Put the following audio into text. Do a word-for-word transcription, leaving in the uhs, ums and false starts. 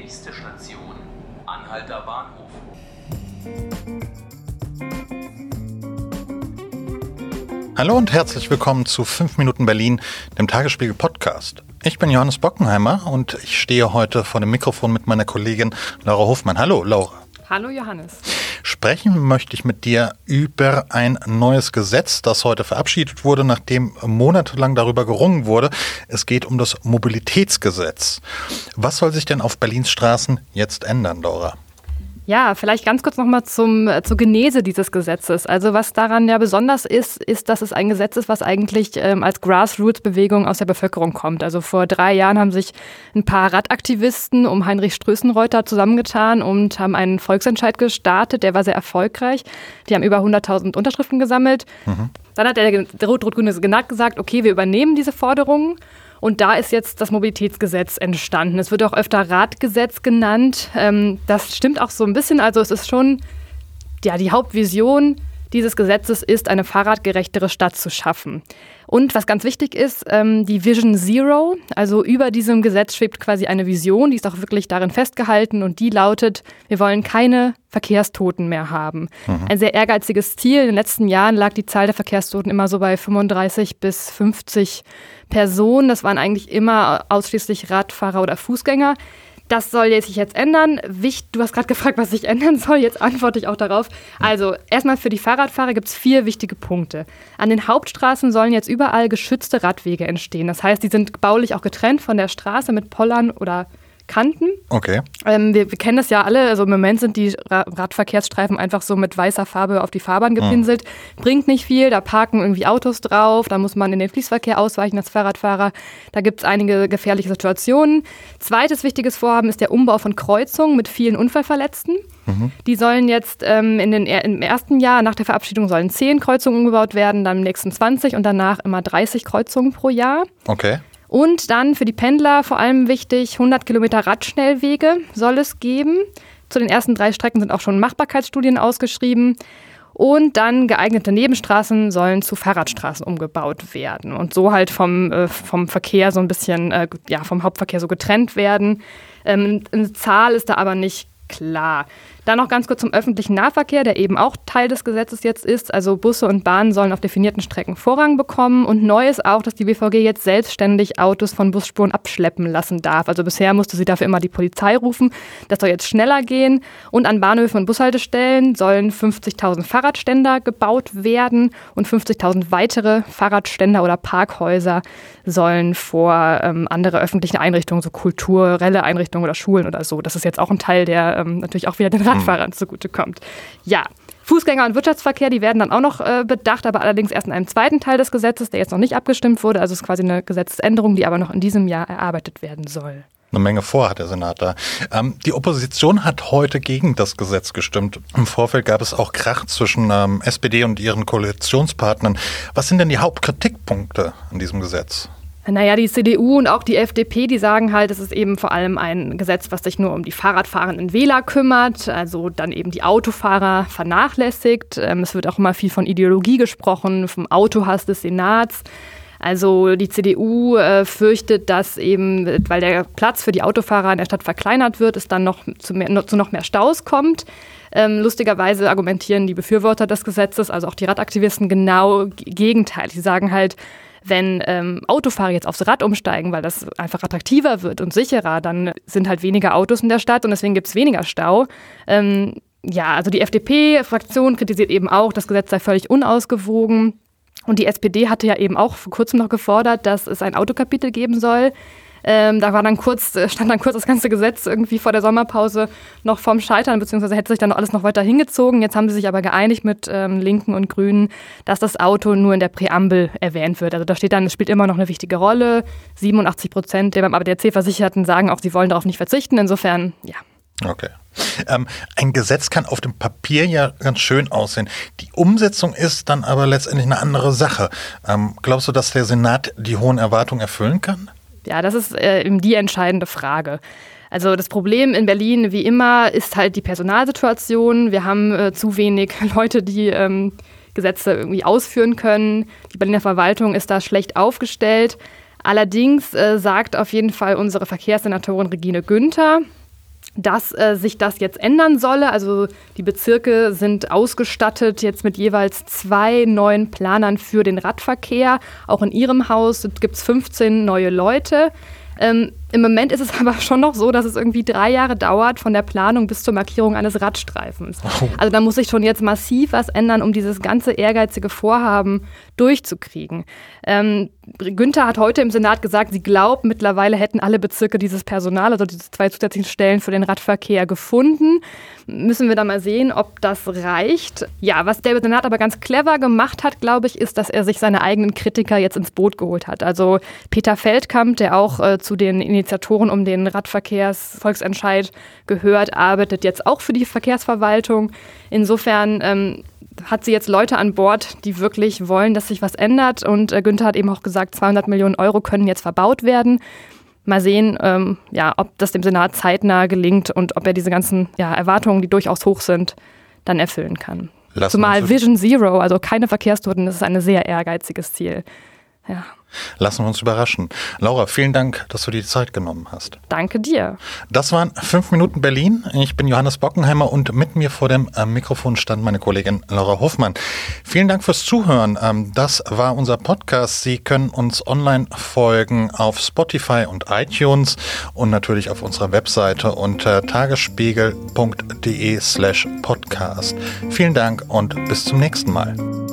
Nächste Station, Anhalter Bahnhof. Hallo und herzlich willkommen zu fünf Minuten Berlin, dem Tagesspiegel Podcast. Ich bin Johannes Bockenheimer und ich stehe heute vor dem Mikrofon mit meiner Kollegin Laura Hofmann. Hallo Laura. Hallo Johannes. Sprechen möchte ich mit dir über ein neues Gesetz, das heute verabschiedet wurde, nachdem monatelang darüber gerungen wurde. Es geht um das Mobilitätsgesetz. Was soll sich denn auf Berlins Straßen jetzt ändern, Laura? Ja, vielleicht ganz kurz nochmal zum zur Genese dieses Gesetzes. Also was daran ja besonders ist, ist, dass es ein Gesetz ist, was eigentlich ähm, als Grassroots-Bewegung aus der Bevölkerung kommt. Also vor drei Jahren haben sich ein paar Radaktivisten um Heinrich Strößenreuter zusammengetan und haben einen Volksentscheid gestartet. Der war sehr erfolgreich. Die haben über hunderttausend Unterschriften gesammelt. Mhm. Dann hat der, der Rot-Rot-Grüne Senat gesagt, okay, wir übernehmen diese Forderungen. Und da ist jetzt das Mobilitätsgesetz entstanden. Es wird auch öfter Radgesetz genannt. Das stimmt auch so ein bisschen. Also es ist schon, ja, die Hauptvision dieses Gesetzes ist, eine fahrradgerechtere Stadt zu schaffen. Und was ganz wichtig ist, die Vision Zero, also über diesem Gesetz schwebt quasi eine Vision, die ist auch wirklich darin festgehalten und die lautet, wir wollen keine Verkehrstoten mehr haben. Mhm. Ein sehr ehrgeiziges Ziel. In den letzten Jahren lag die Zahl der Verkehrstoten immer so bei fünfunddreißig bis fünfzig Personen. Das waren eigentlich immer ausschließlich Radfahrer oder Fußgänger. Das soll sich jetzt ändern. Du hast gerade gefragt, was sich ändern soll. Jetzt antworte ich auch darauf. Also erstmal für die Fahrradfahrer gibt es vier wichtige Punkte. An den Hauptstraßen sollen jetzt überall geschützte Radwege entstehen. Das heißt, die sind baulich auch getrennt von der Straße mit Pollern oder Kanten. Okay. Ähm, wir, wir kennen das ja alle. Also im Moment sind die Ra- Radverkehrsstreifen einfach so mit weißer Farbe auf die Fahrbahn gepinselt. Mhm. Bringt nicht viel. Da parken irgendwie Autos drauf. Da muss man in den Fließverkehr ausweichen als Fahrradfahrer. Da gibt es einige gefährliche Situationen. Zweites wichtiges Vorhaben ist der Umbau von Kreuzungen mit vielen Unfallverletzten. Mhm. Die sollen jetzt ähm, in den, im ersten Jahr nach der Verabschiedung sollen zehn Kreuzungen umgebaut werden, dann im nächsten zwanzig und danach immer dreißig Kreuzungen pro Jahr. Okay. Und dann für die Pendler vor allem wichtig, hundert Kilometer Radschnellwege soll es geben. Zu den ersten drei Strecken sind auch schon Machbarkeitsstudien ausgeschrieben. Und dann geeignete Nebenstraßen sollen zu Fahrradstraßen umgebaut werden und so halt vom, äh, vom Verkehr so ein bisschen, äh, ja, vom Hauptverkehr so getrennt werden. Ähm, eine Zahl ist da aber nicht klar. Dann noch ganz kurz zum öffentlichen Nahverkehr, der eben auch Teil des Gesetzes jetzt ist. Also Busse und Bahnen sollen auf definierten Strecken Vorrang bekommen. Und neu ist auch, dass die B V G jetzt selbstständig Autos von Busspuren abschleppen lassen darf. Also bisher musste sie dafür immer die Polizei rufen. Das soll jetzt schneller gehen. Und an Bahnhöfen und Bushaltestellen sollen fünfzigtausend Fahrradständer gebaut werden. Und fünfzigtausend weitere Fahrradständer oder Parkhäuser sollen vor ähm, andere öffentliche Einrichtungen, so kulturelle Einrichtungen oder Schulen oder so. Das ist jetzt auch ein Teil, der ähm, natürlich auch wieder den Radfahrern zugutekommt. Ja, Fußgänger- und Wirtschaftsverkehr, die werden dann auch noch äh, bedacht, aber allerdings erst in einem zweiten Teil des Gesetzes, der jetzt noch nicht abgestimmt wurde. Also es ist quasi eine Gesetzesänderung, die aber noch in diesem Jahr erarbeitet werden soll. Eine Menge vor hat der Senat da. Ähm, die Opposition hat heute gegen das Gesetz gestimmt. Im Vorfeld gab es auch Krach zwischen ähm, S P D und ihren Koalitionspartnern. Was sind denn die Hauptkritikpunkte an diesem Gesetz? Naja, die C D U und auch die F D P, die sagen halt, es ist eben vor allem ein Gesetz, was sich nur um die Fahrradfahrenden Wähler kümmert, also dann eben die Autofahrer vernachlässigt. Es wird auch immer viel von Ideologie gesprochen, vom Autohass des Senats. Also die C D U äh, fürchtet, dass eben, weil der Platz für die Autofahrer in der Stadt verkleinert wird, es dann noch zu, mehr, zu noch mehr Staus kommt. Ähm, lustigerweise argumentieren die Befürworter des Gesetzes, also auch die Radaktivisten, genau g- gegenteilig. Sie sagen halt, wenn ähm, Autofahrer jetzt aufs Rad umsteigen, weil das einfach attraktiver wird und sicherer, dann sind halt weniger Autos in der Stadt und deswegen gibt es weniger Stau. Ähm, ja, also die F D P-Fraktion kritisiert eben auch, das Gesetz sei völlig unausgewogen. Und die S P D hatte ja eben auch vor kurzem noch gefordert, dass es ein Autokapitel geben soll. Ähm, da war dann kurz, stand dann kurz das ganze Gesetz irgendwie vor der Sommerpause noch vorm Scheitern, beziehungsweise hätte sich dann noch alles noch weiter hingezogen. Jetzt haben sie sich aber geeinigt mit ähm, Linken und Grünen, dass das Auto nur in der Präambel erwähnt wird. Also da steht dann, es spielt immer noch eine wichtige Rolle. siebenundachtzig Prozent der beim A D A C-Versicherten sagen auch, sie wollen darauf nicht verzichten. Insofern, ja. Okay. Ähm, ein Gesetz kann auf dem Papier ja ganz schön aussehen. Die Umsetzung ist dann aber letztendlich eine andere Sache. Ähm, glaubst du, dass der Senat die hohen Erwartungen erfüllen kann? Ja, das ist äh, eben die entscheidende Frage. Also das Problem in Berlin, wie immer, ist halt die Personalsituation. Wir haben äh, zu wenig Leute, die ähm, Gesetze irgendwie ausführen können. Die Berliner Verwaltung ist da schlecht aufgestellt. Allerdings äh, sagt auf jeden Fall unsere Verkehrssenatorin Regine Günther, dass äh, sich das jetzt ändern solle. Also die Bezirke sind ausgestattet jetzt mit jeweils zwei neuen Planern für den Radverkehr. Auch in ihrem Haus gibt es fünfzehn neue Leute. Ähm, Im Moment ist es aber schon noch so, dass es irgendwie drei Jahre dauert von der Planung bis zur Markierung eines Radstreifens. Oh. Also da muss sich schon jetzt massiv was ändern, um dieses ganze ehrgeizige Vorhaben durchzukriegen. Ähm, Günther hat heute im Senat gesagt, sie glaubt, mittlerweile hätten alle Bezirke dieses Personal, also diese zwei zusätzlichen Stellen für den Radverkehr gefunden. Müssen wir da mal sehen, ob das reicht. Ja, was der Senat aber ganz clever gemacht hat, glaube ich, ist, dass er sich seine eigenen Kritiker jetzt ins Boot geholt hat. Also Peter Feldkamp, der auch äh, zu den Initiatoren um den Radverkehrsvolksentscheid gehört, arbeitet jetzt auch für die Verkehrsverwaltung. Insofern ähm, hat sie jetzt Leute an Bord, die wirklich wollen, dass sich was ändert. Und äh, Günther hat eben auch gesagt, zweihundert Millionen Euro können jetzt verbaut werden. Mal sehen, ähm, ja, ob das dem Senat zeitnah gelingt und ob er diese ganzen ja, Erwartungen, die durchaus hoch sind, dann erfüllen kann. Lassen Zumal Vision Zero, also keine Verkehrstoten, das ist ein sehr ehrgeiziges Ziel. Ja. Lassen wir uns überraschen. Laura, vielen Dank, dass du dir die Zeit genommen hast. Danke dir. Das waren fünf Minuten Berlin. Ich bin Johannes Bockenheimer und mit mir vor dem äh, Mikrofon stand meine Kollegin Laura Hofmann. Vielen Dank fürs Zuhören. Ähm, das war unser Podcast. Sie können uns online folgen auf Spotify und iTunes und natürlich auf unserer Webseite unter tagesspiegel punkt de slash podcast. Vielen Dank und bis zum nächsten Mal.